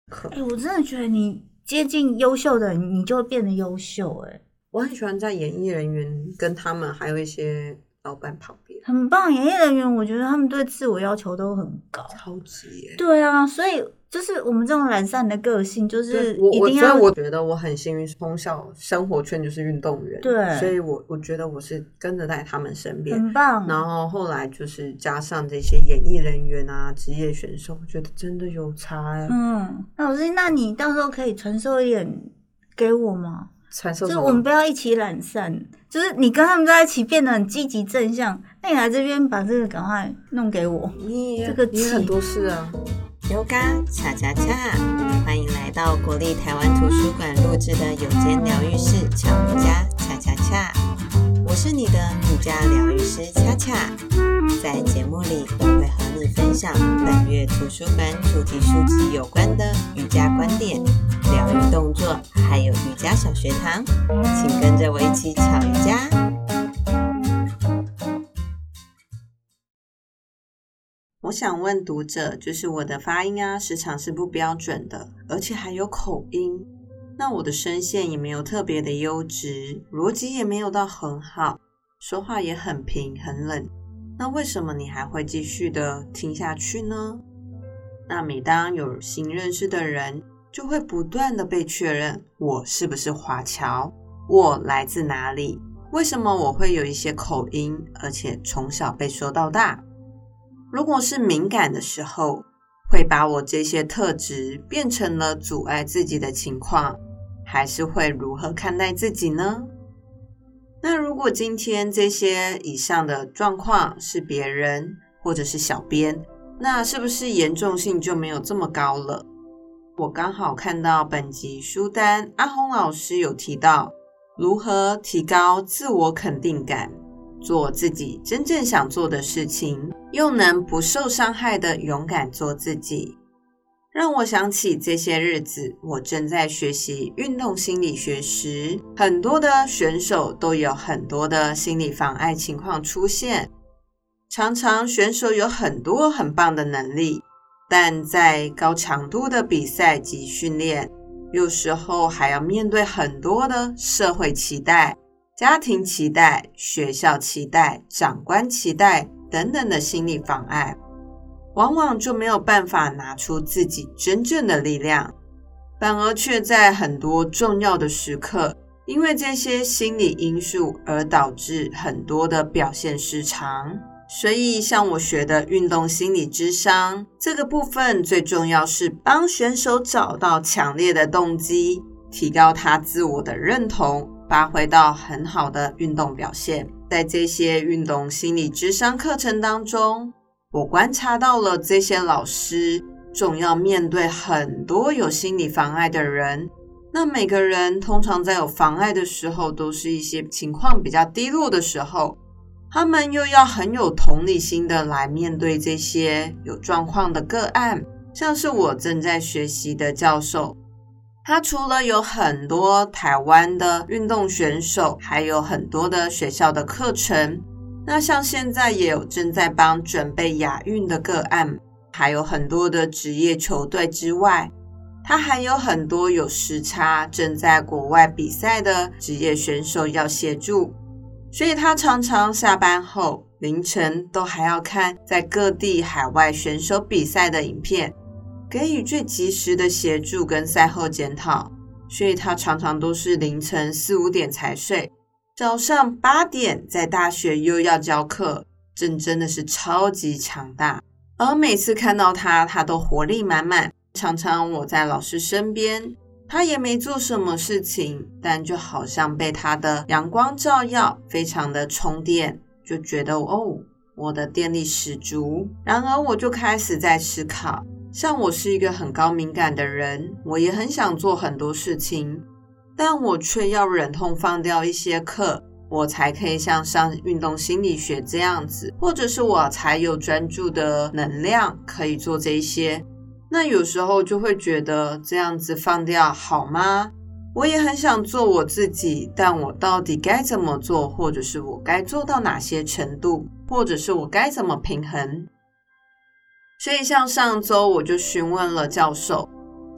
我真的觉得你接近优秀的人，你就会变得优秀。 我很喜欢在演艺人员跟他们还有一些老板旁边， 很棒。演艺人员我觉得他们对自我要求都很高， 超级耶。 对啊，所以就是我们这种懒散的个性，就是一定要。 所以我觉得我很幸运，从小生活圈就是运动员， 对， 所以我觉得我是跟着在他们身边， 很棒。 然后后来就是加上这些演艺人员啊、职业选手，我觉得真的有差耶。 那老师，那你到时候可以传授一点给我吗？ 传授什么？ 就是我们不要一起懒散，就是你跟他们在一起变得很积极正向。那你来这边把这个赶快弄给我。这个你很多事啊。 Yoga 恰恰恰，欢迎来到国立台湾图书馆录制的有间疗愈室巧瑜伽恰恰恰。我是你的瑜伽疗愈师恰恰，在节目里我会和你分享本月图书馆主题书籍有关的瑜伽观点、疗愈动作，还有瑜伽小学堂，请跟着我一起巧瑜伽。 我想问读者，就是我的发音啊，时常是不标准的，而且还有口音。那我的声线也没有特别的优质，逻辑也没有到很好，说话也很平很冷。那为什么你还会继续的听下去呢？那每当有新认识的人，就会不断的被确认我是不是华侨，我来自哪里，为什么我会有一些口音，而且从小被说到大。如果是敏感的时候，会把我这些特质变成了阻碍自己的情况，还是会如何看待自己呢？那如果今天这些以上的状况是别人或者是小编，那是不是严重性就没有这么高了？我刚好看到本集书单，阿红老师有提到如何提高自我肯定感，做自己真正想做的事情，又能不受伤害的勇敢做自己，让我想起这些日子我正在学习运动心理学时，很多的选手都有很多的心理妨碍情况出现。常常选手有很多很棒的能力，但在高强度的比赛及训练，有时候还要面对很多的社会期待、家庭期待、学校期待、长官期待等等的心理妨碍，往往就没有办法拿出自己真正的力量，反而却在很多重要的时刻，因为这些心理因素而导致很多的表现失常。所以像我学的运动心理諮商，这个部分最重要是帮选手找到强烈的动机，提高他自我的认同，发挥到很好的运动表现。在这些运动心理諮商课程当中，我观察到了这些老师总要面对很多有心理妨碍的人，那每个人通常在有妨碍的时候，都是一些情况比较低落的时候，他们又要很有同理心的来面对这些有状况的个案。像是我正在学习的教授，他除了有很多台湾的运动选手，还有很多的学校的课程，那像现在也有正在帮准备亚运的个案，还有很多的职业球队之外，他还有很多有时差正在国外比赛的职业选手要协助，所以他常常下班后凌晨都还要看在各地海外选手比赛的影片，给予最及时的协助跟赛后检讨，所以他常常都是凌晨4、5点才睡，早上8点在大学又要教课，真的是超级强大。而每次看到他都活力满满，常常我在老师身边，他也没做什么事情，但就好像被他的阳光照耀，非常的充电，就觉得我的电力十足。然而我就开始在思考，像我是一个很高敏感的人，我也很想做很多事情，但我却要忍痛放掉一些课，我才可以像上运动心理学这样子，或者是我才有专注的能量可以做这些。那有时候就会觉得这样子放掉好吗？我也很想做我自己，但我到底该怎么做，或者是我该做到哪些程度，或者是我该怎么平衡？所以像上周我就询问了教授，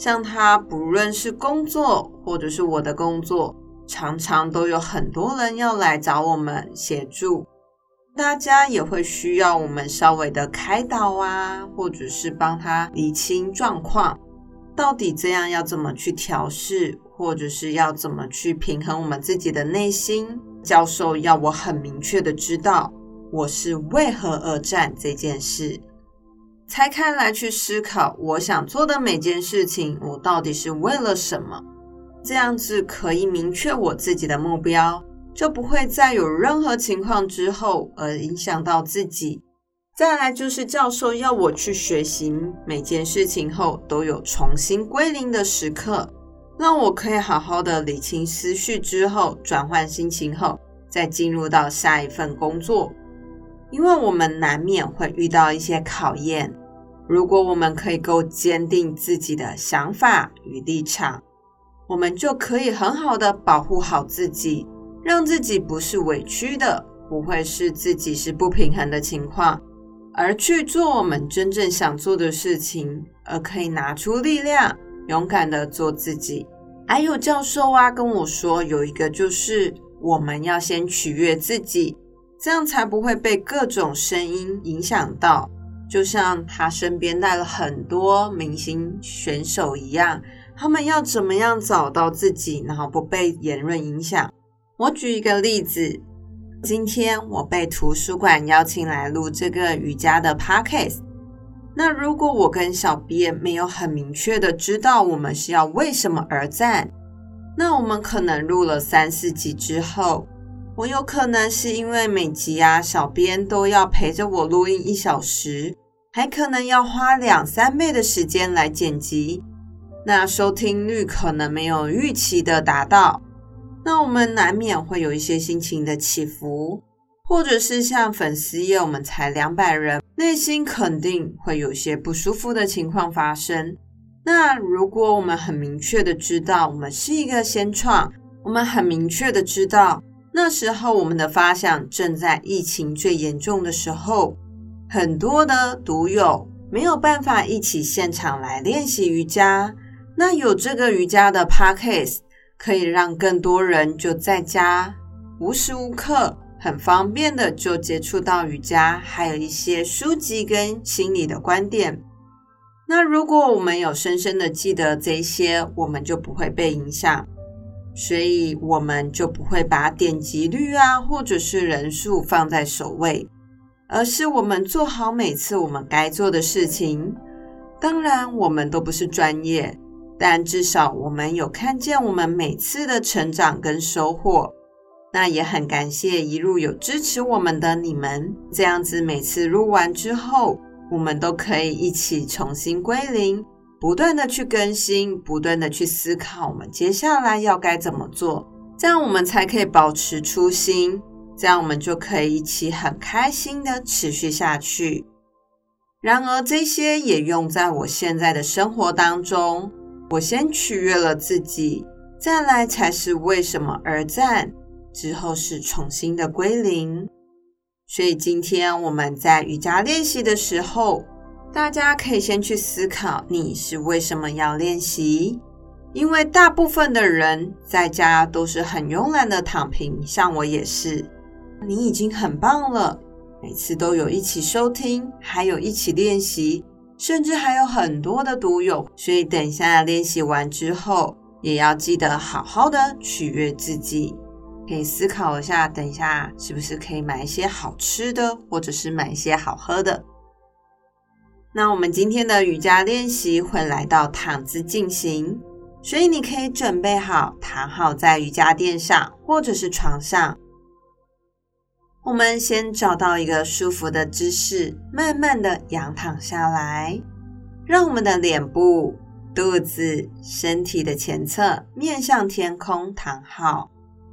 像他不论是工作或者是我的工作，常常都有很多人要来找我们协助，大家也会需要我们稍微的开导啊，或者是帮他厘清状况，到底这样要怎么去调试，或者是要怎么去平衡我们自己的内心。教授要我很明确的知道我是为何而战这件事，拆开来去思考我想做的每件事情，我到底是为了什么，这样子可以明确我自己的目标，就不会再有任何情况之后而影响到自己。再来就是教授要我去学习每件事情后都有重新归零的时刻，让我可以好好的理清思绪之后，转换心情后，再进入到下一份工作。因为我们难免会遇到一些考验，如果我们可以够坚定自己的想法与立场，我们就可以很好的保护好自己，让自己不是委屈的，不会是自己是不平衡的情况，而去做我们真正想做的事情，而可以拿出力量，勇敢的做自己。还有教授啊跟我说，有一个就是我们要先取悦自己，这样才不会被各种声音影响到，就像他身边带了很多明星选手一样，他们要怎么样找到自己，然后不被言论影响。我举一个例子，今天我被图书馆邀请来录这个瑜伽的 podcast， 那如果我跟小编没有很明确的知道我们是要为什么而战，那我们可能录了3-4集之后，我有可能是因为每集小编都要陪着我录音1小时，还可能要花2-3倍的时间来剪辑，那收听率可能没有预期的达到，那我们难免会有一些心情的起伏，或者是像粉丝页我们才200人，内心肯定会有一些不舒服的情况发生。那如果我们很明确的知道我们是一个先创，我们很明确的知道那时候我们的发想正在疫情最严重的时候，很多的读友没有办法一起现场来练习瑜伽，那有这个瑜伽的 podcast 可以让更多人就在家无时无刻很方便的就接触到瑜伽，还有一些书籍跟心理的观点。那如果我们有深深的记得这些，我们就不会被影响，所以我们就不会把点击率或者是人数放在首位，而是我们做好每次我们该做的事情。当然我们都不是专业，但至少我们有看见我们每次的成长跟收获。那也很感谢一路有支持我们的你们，这样子每次录完之后，我们都可以一起重新归零，不断的去更新，不断的去思考我们接下来要该怎么做，这样我们才可以保持初心，这样我们就可以一起很开心的持续下去。然而这些也用在我现在的生活当中，我先取悦了自己，再来才是为什么而战，之后是重新的归零。所以今天我们在瑜伽练习的时候，大家可以先去思考你是为什么要练习，因为大部分的人在家都是很慵懒的躺平，像我也是。你已经很棒了，每次都有一起收听，还有一起练习，甚至还有很多的读友，所以等一下练习完之后，也要记得好好的取悦自己。可以思考一下，等一下是不是可以买一些好吃的，或者是买一些好喝的。那我们今天的瑜伽练习会来到躺姿进行，所以你可以准备好躺好在瑜伽垫上或者是床上。我们先找到一个舒服的姿势，慢慢的仰躺下来，让我们的脸部、肚子、身体的前侧面向天空躺好。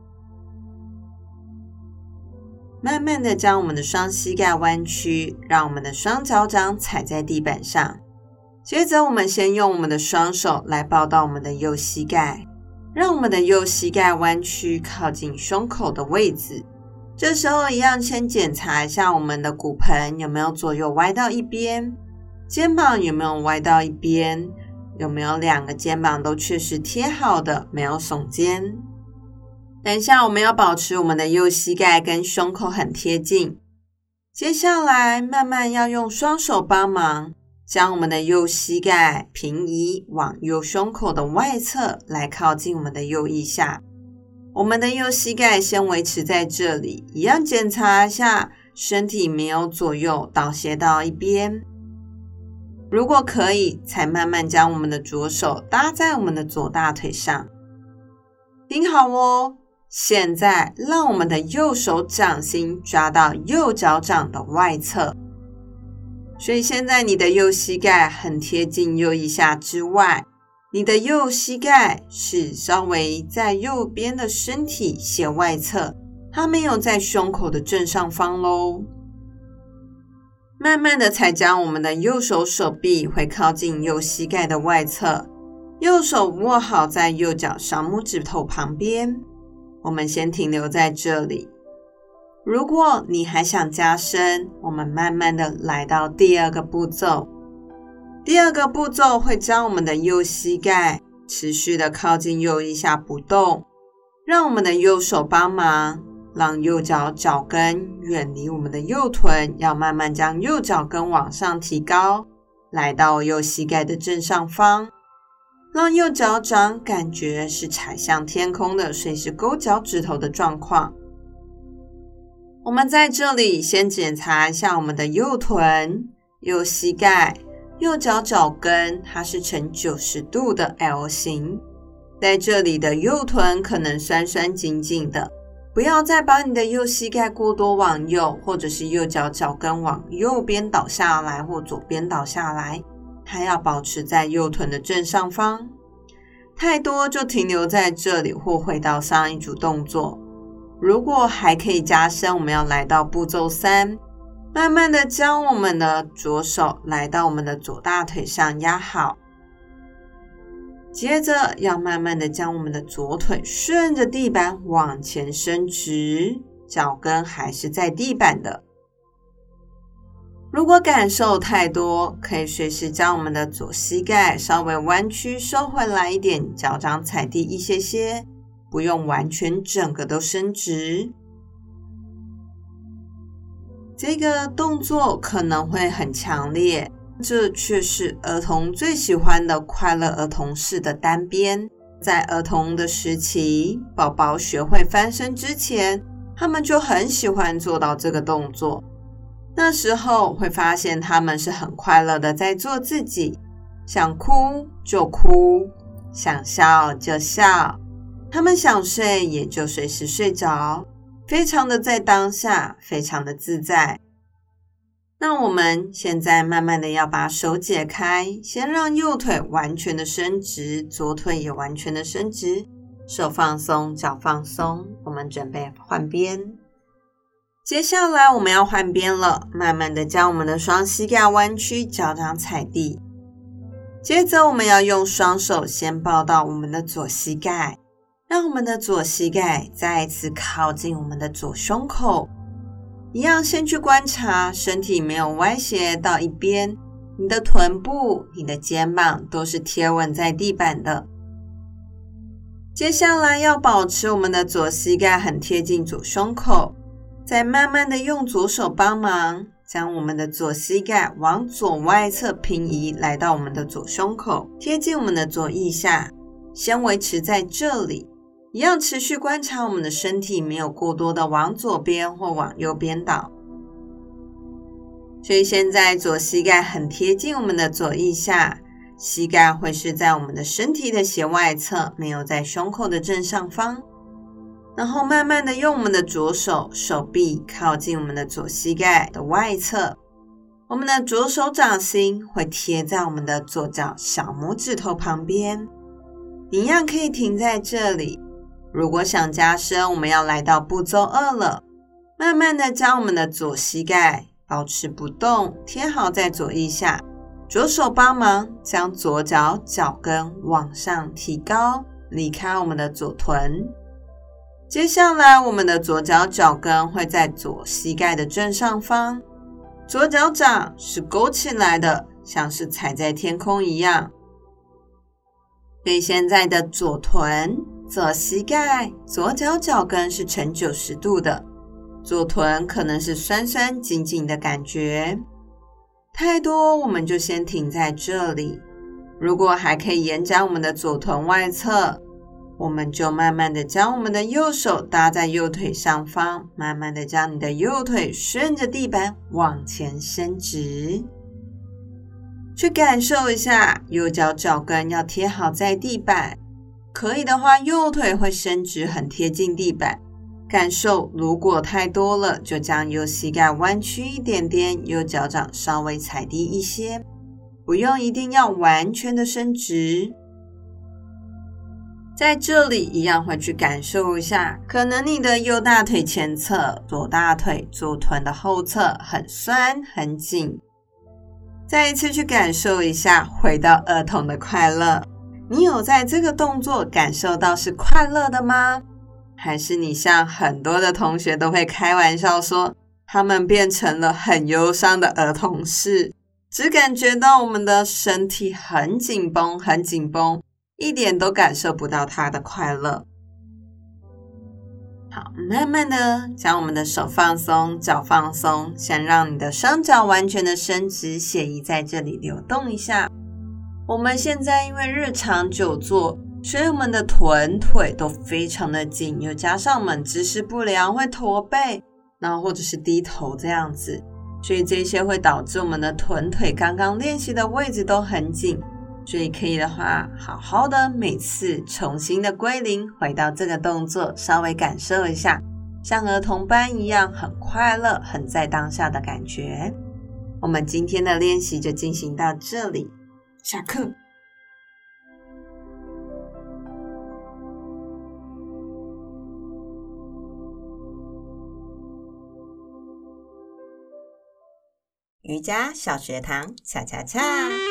慢慢的将我们的双膝盖弯曲，让我们的双脚掌踩在地板上。接着我们先用我们的双手来抱到我们的右膝盖，让我们的右膝盖弯曲靠近胸口的位置。这时候一样先检查一下我们的骨盆有没有左右歪到一边，肩膀有没有歪到一边， 有没有2个肩膀都确实贴好的，没有耸肩。等一下我们要保持我们的右膝盖跟胸口很贴近。接下来慢慢要用双手帮忙，将我们的右膝盖平移往右胸口的外侧，来靠近我们的右腋下。我们的右膝盖先维持在这里，一样检查一下身体没有左右倒斜到一边。如果可以，才慢慢将我们的左手搭在我们的左大腿上。听好哦，现在让我们的右手掌心抓到右脚掌的外侧。所以现在你的右膝盖很贴近右腋下之外，你的右膝盖是稍微在右边的身体斜外侧，它没有在胸口的正上方咯。慢慢的才将我们的右手手臂会靠近右膝盖的外侧，右手握好在右脚小拇指头旁边。我们先停留在这里。如果你还想加深，我们慢慢的来到第2个步骤。第2个步骤会将我们的右膝盖持续的靠近右腋下不动，让我们的右手帮忙，让右脚脚跟远离我们的右臀，要慢慢将右脚跟往上提高，来到右膝盖的正上方，让右脚掌感觉是踩向天空的，随时勾脚趾头的状况。我们在这里先检查一下我们的右臀、右膝盖、右脚脚跟，它是呈90度的 L 型。在这里的右臀可能酸酸紧紧的，不要再把你的右膝盖过多往右，或者是右脚脚跟往右边倒下来或左边倒下来，还要保持在右臀的正上方。太多就停留在这里或回到上一组动作。如果还可以加深，我们要来到步骤3，慢慢的将我们的左手来到我们的左大腿上压好。接着要慢慢的将我们的左腿顺着地板往前伸直，脚跟还是在地板的。如果感受太多，可以随时将我们的左膝盖稍微弯曲收回来一点，脚掌踩地一些些，不用完全整个都伸直。这个动作可能会很强烈，这却是儿童最喜欢的快乐儿童式的单边。在儿童的时期，宝宝学会翻身之前，他们就很喜欢做到这个动作。那时候会发现他们是很快乐的在做自己，想哭就哭，想笑就笑，他们想睡也就随时睡着，非常的在当下，非常的自在。那我们现在慢慢的要把手解开，先让右腿完全的伸直，左腿也完全的伸直，手放松，脚放松，我们准备换边。接下来我们要换边了，慢慢的将我们的双膝盖弯曲，脚掌踩地。接着我们要用双手先抱到我们的左膝盖，让我们的左膝盖再一次靠近我们的左胸口。一样先去观察身体没有歪斜到一边，你的臀部、你的肩膀都是贴稳在地板的。接下来要保持我们的左膝盖很贴近左胸口，再慢慢的用左手帮忙，将我们的左膝盖往左外侧平移，来到我们的左胸口，贴近我们的左腋下，先维持在这里。一样持续观察我们的身体没有过多的往左边或往右边倒。所以现在左膝盖很贴近我们的左腋下，膝盖会是在我们的身体的斜外侧，没有在胸口的正上方。然后慢慢的用我们的左手手臂靠近我们的左膝盖的外侧，我们的左手掌心会贴在我们的左脚小拇指头旁边。你一样可以停在这里。如果想加深，我们要来到步骤2了。慢慢的将我们的左膝盖保持不动，贴好在左腋下，左手帮忙将左脚脚跟往上提高，离开我们的左臀。接下来我们的左脚脚跟会在左膝盖的正上方，左脚掌是勾起来的，像是踩在天空一样。 所以现在的左臀、左膝盖、左脚脚跟是呈90度的，左臀可能是酸酸紧紧的感觉。太多我们就先停在这里，如果还可以延展我们的左臀外侧，我们就慢慢的将我们的右手搭在右腿上方，慢慢的将你的右腿顺着地板往前伸直，去感受一下右脚脚跟要贴好在地板，可以的话右腿会伸直很贴近地板，感受如果太多了就将右膝盖弯曲一点点，右脚掌稍微踩低一些，不用一定要完全的伸直。在这里一样会去感受一下，可能你的右大腿前侧、左大腿、左臀的后侧很酸很紧。再一次去感受一下，回到儿童的快乐。你有在这个动作感受到是快乐的吗？还是你像很多的同学都会开玩笑说，他们变成了很忧伤的儿童式，只感觉到我们的身体很紧绷很紧绷，一点都感受不到他的快乐。好，慢慢的将我们的手放松，脚放松，先让你的双脚完全的伸直，血液在这里流动一下。我们现在因为日常久坐，所以我们的臀腿都非常的紧，又加上我们姿势不良会驼背，然后或者是低头这样子，所以这些会导致我们的臀腿刚刚练习的位置都很紧。所以可以的话，好好的每次重新的归零，回到这个动作，稍微感受一下，像儿童般一样很快乐、很在当下的感觉。我们今天的练习就进行到这里，下课。 瑜伽小学堂，恰恰恰。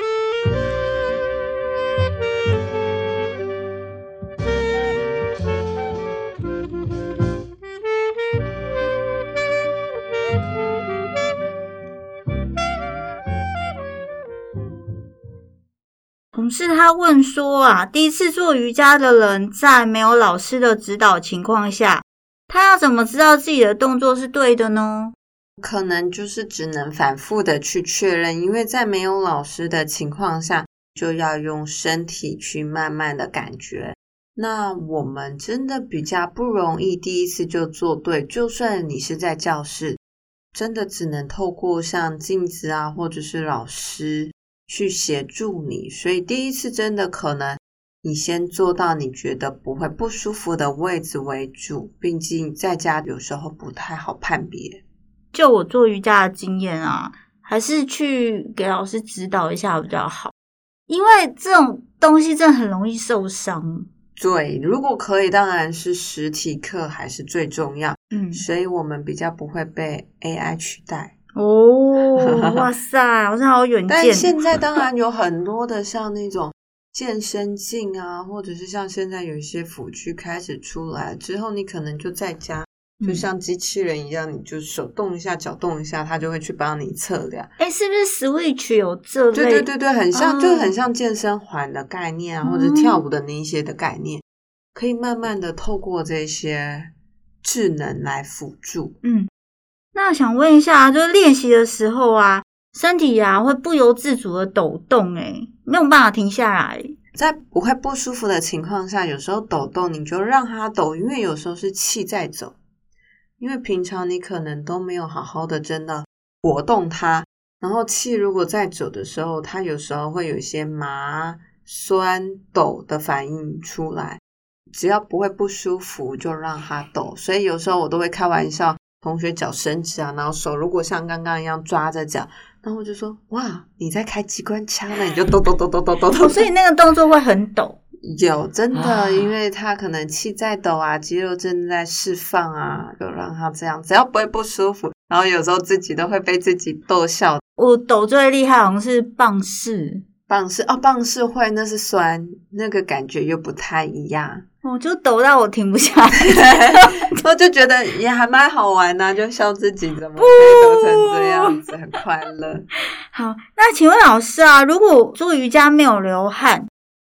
同事他问说啊，第一次做瑜伽的人在没有老师的指导情况下，他要怎么知道自己的动作是对的呢？ 可能就是只能反复的去确认，因为在没有老师的情况下，就要用身体去慢慢的感觉。那我们真的比较不容易第一次就做对，就算你是在教室，真的只能透过像镜子啊，或者是老师去协助你，所以第一次真的可能你先做到你觉得不会不舒服的位置为主，毕竟在家有时候不太好判别。 就我做瑜伽的经验啊，还是去给老师指导一下比较好，因为这种东西真的很容易受伤。 对，如果可以，当然是实体课还是最重要。所以我们比较不会被 AI 取代。 哦，哇塞，好像好远见。 但现在当然有很多的像那种健身镜啊，或者是像现在有一些辅具开始出来之后，你可能就在家，就像机器人一样，你就手动一下脚动一下，它就会去帮你测量。 是不是 Switch 有这类？ 对，很像，就很像健身环的概念啊，或者跳舞的那一些的概念，可以慢慢的透过这些智能来辅助。 那想问一下，就是练习的时候啊，身体啊会不由自主的抖动，没有办法停下来。 在不会不舒服的情况下，有时候抖动你就让它抖，因为有时候是气在走，因为平常你可能都没有好好的真的活动它，然后气如果在走的时候，它有时候会有一些麻、酸、抖的反应出来，只要不会不舒服就让它抖。所以有时候我都会开玩笑，同学脚伸直啊，然后手如果像刚刚一样抓着脚，然后我就说哇，你在开机关枪呢，你就抖抖抖抖抖抖抖。 所以那个动作会很抖。 有，真的，因为他可能气在抖啊，肌肉正在释放啊，就让他这样，只要不会不舒服。然后有时候自己都会被自己逗笑。 我抖最厉害好像是棒式棒式会，那是酸，那个感觉又不太一样。 我就抖到我停不下来。 我就觉得也还蛮好玩的，就笑自己怎么可以抖成这样子，很快乐。 好，那请问老师啊，如果做瑜伽没有流汗，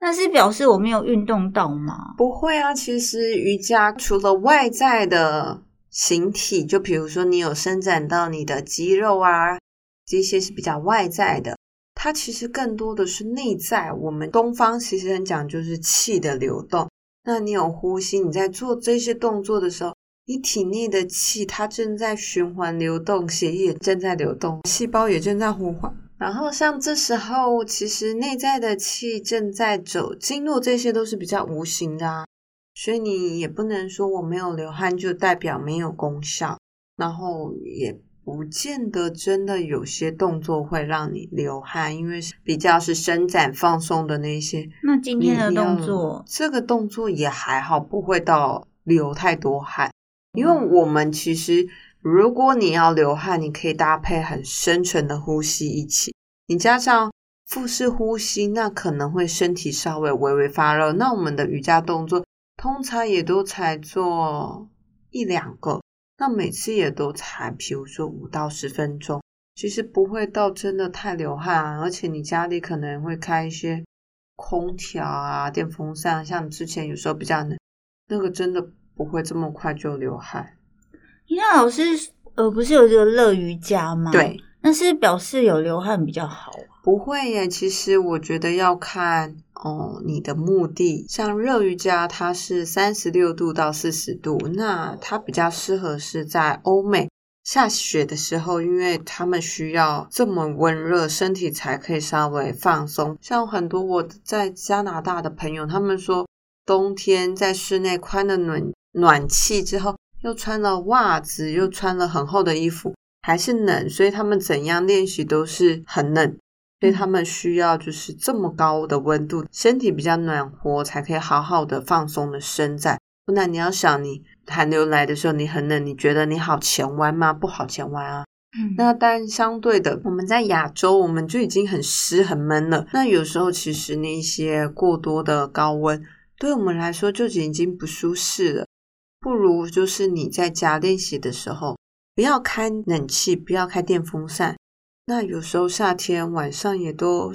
那是表示我没有运动到吗？ 不会啊，其实瑜伽除了外在的形体，就比如说你有伸展到你的肌肉啊，这些是比较外在的，它其实更多的是内在。我们东方其实很讲就是气的流动，那你有呼吸，你在做这些动作的时候，你体内的气它正在循环流动，血液正在流动，细胞也正在呼唤。然后像这时候其实内在的气正在走，经络这些都是比较无形的啊，所以你也不能说我没有流汗就代表没有功效，然后也不见得真的有些动作会让你流汗，因为比较是伸展放松的那些。 那今天的动作， 这个动作也还好，不会到流太多汗，因为我们其实如果你要流汗，你可以搭配很深沉的呼吸一起，你加上腹式呼吸，那可能会身体稍微微微发热。那我们的瑜伽动作通常也都才做1-2个，那每次也都才比如说5到10分钟，其实不会到真的太流汗啊。而且你家里可能会开一些空调啊、电风扇，像之前有时候比较冷，那个真的不会这么快就流汗。 那老师不是有这个热瑜伽吗？ 对， 那是表示有流汗比较好啊？ 不会耶，其实我觉得要看你的目的。像热瑜伽它是36度到40度，那它比较适合是在欧美下雪的时候，因为他们需要这么温热，身体才可以稍微放松。像很多我在加拿大的朋友，他们说冬天在室内关了暖气之后，又穿了袜子，又穿了很厚的衣服，还是冷，所以他们怎样练习都是很冷，所以他们需要就是这么高的温度，身体比较暖和，才可以好好的放松的伸展。不然你要想，你寒流来的时候你很冷，你觉得你好前弯吗？不好前弯啊。那但相对的，我们在亚洲我们就已经很湿很闷了，那有时候其实那些过多的高温对我们来说就已经不舒适了。不如就是你在家练习的时候不要开冷气，不要开电风扇，那有时候夏天晚上也都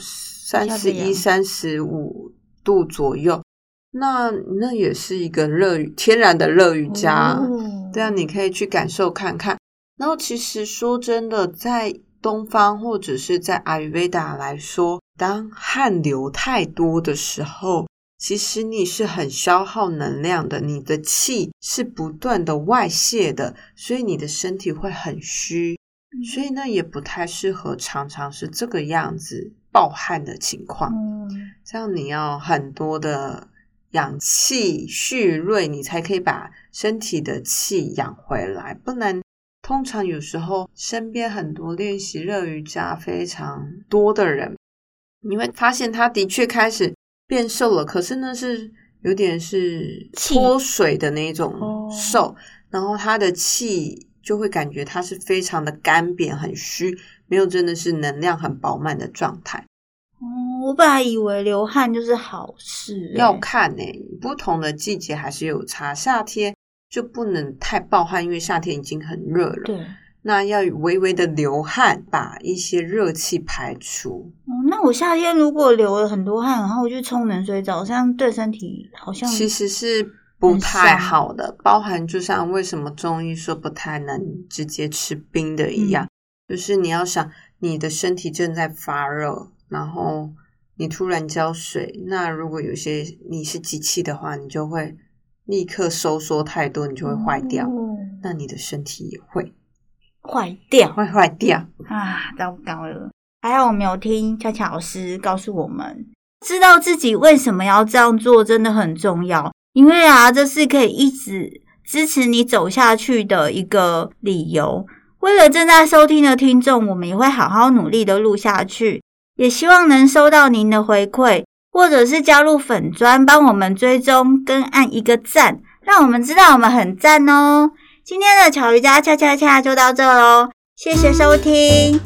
31、35度左右，那也是一个天然的热瑜伽。对啊，你可以去感受看看。然后其实说真的，在东方或者是在阿育吠达来说，当汗流太多的时候，其实你是很消耗能量的，你的气是不断的外泄的，所以你的身体会很虚，所以呢也不太适合常常是这个样子暴汗的情况。这样你要很多的氧气蓄锐，你才可以把身体的气养回来，不然通常有时候身边很多练习热瑜伽非常多的人，你会发现他的确开始变瘦了，可是呢是有点是脱水的那种瘦，然后他的气就会感觉他是非常的干瘪很虚，没有真的是能量很饱满的状态。 我本来以为流汗就是好事要看不同的季节还是有差。夏天就不能太暴汗，因为夏天已经很热了， 对， 那要微微的流汗，把一些热气排除。 那我夏天如果流了很多汗，然后我去冲冷水澡，这样对身体好像其实是不太好的，包含就像为什么中医说不太能直接吃冰的一样，就是你要想你的身体正在发热，然后你突然浇水，那如果有些你是机器的话，你就会立刻收缩太多，你就会坏掉，那你的身体也会坏掉啊， 糟糕了。还好我们有听恰恰老师告诉我们，知道自己为什么要这样做真的很重要，因为这是可以一直支持你走下去的一个理由。为了正在收听的听众，我们也会好好努力的录下去，也希望能收到您的回馈，或者是加入粉专帮我们追踪跟按一个赞，让我们知道我们很赞哦。今天的巧瑜伽恰恰恰就到这咯，谢谢收听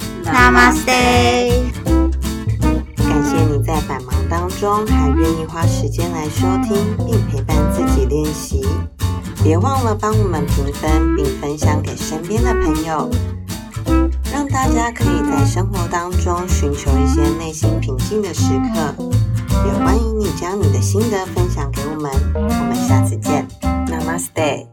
Namaste。 感谢你在百忙当中还愿意花时间来收听并陪伴自己练习，别忘了帮我们评分并分享给身边的朋友，让大家可以在生活当中寻求一些内心平静的时刻。 也欢迎你将你的心得分享给我们。我们下次见 ，Namaste。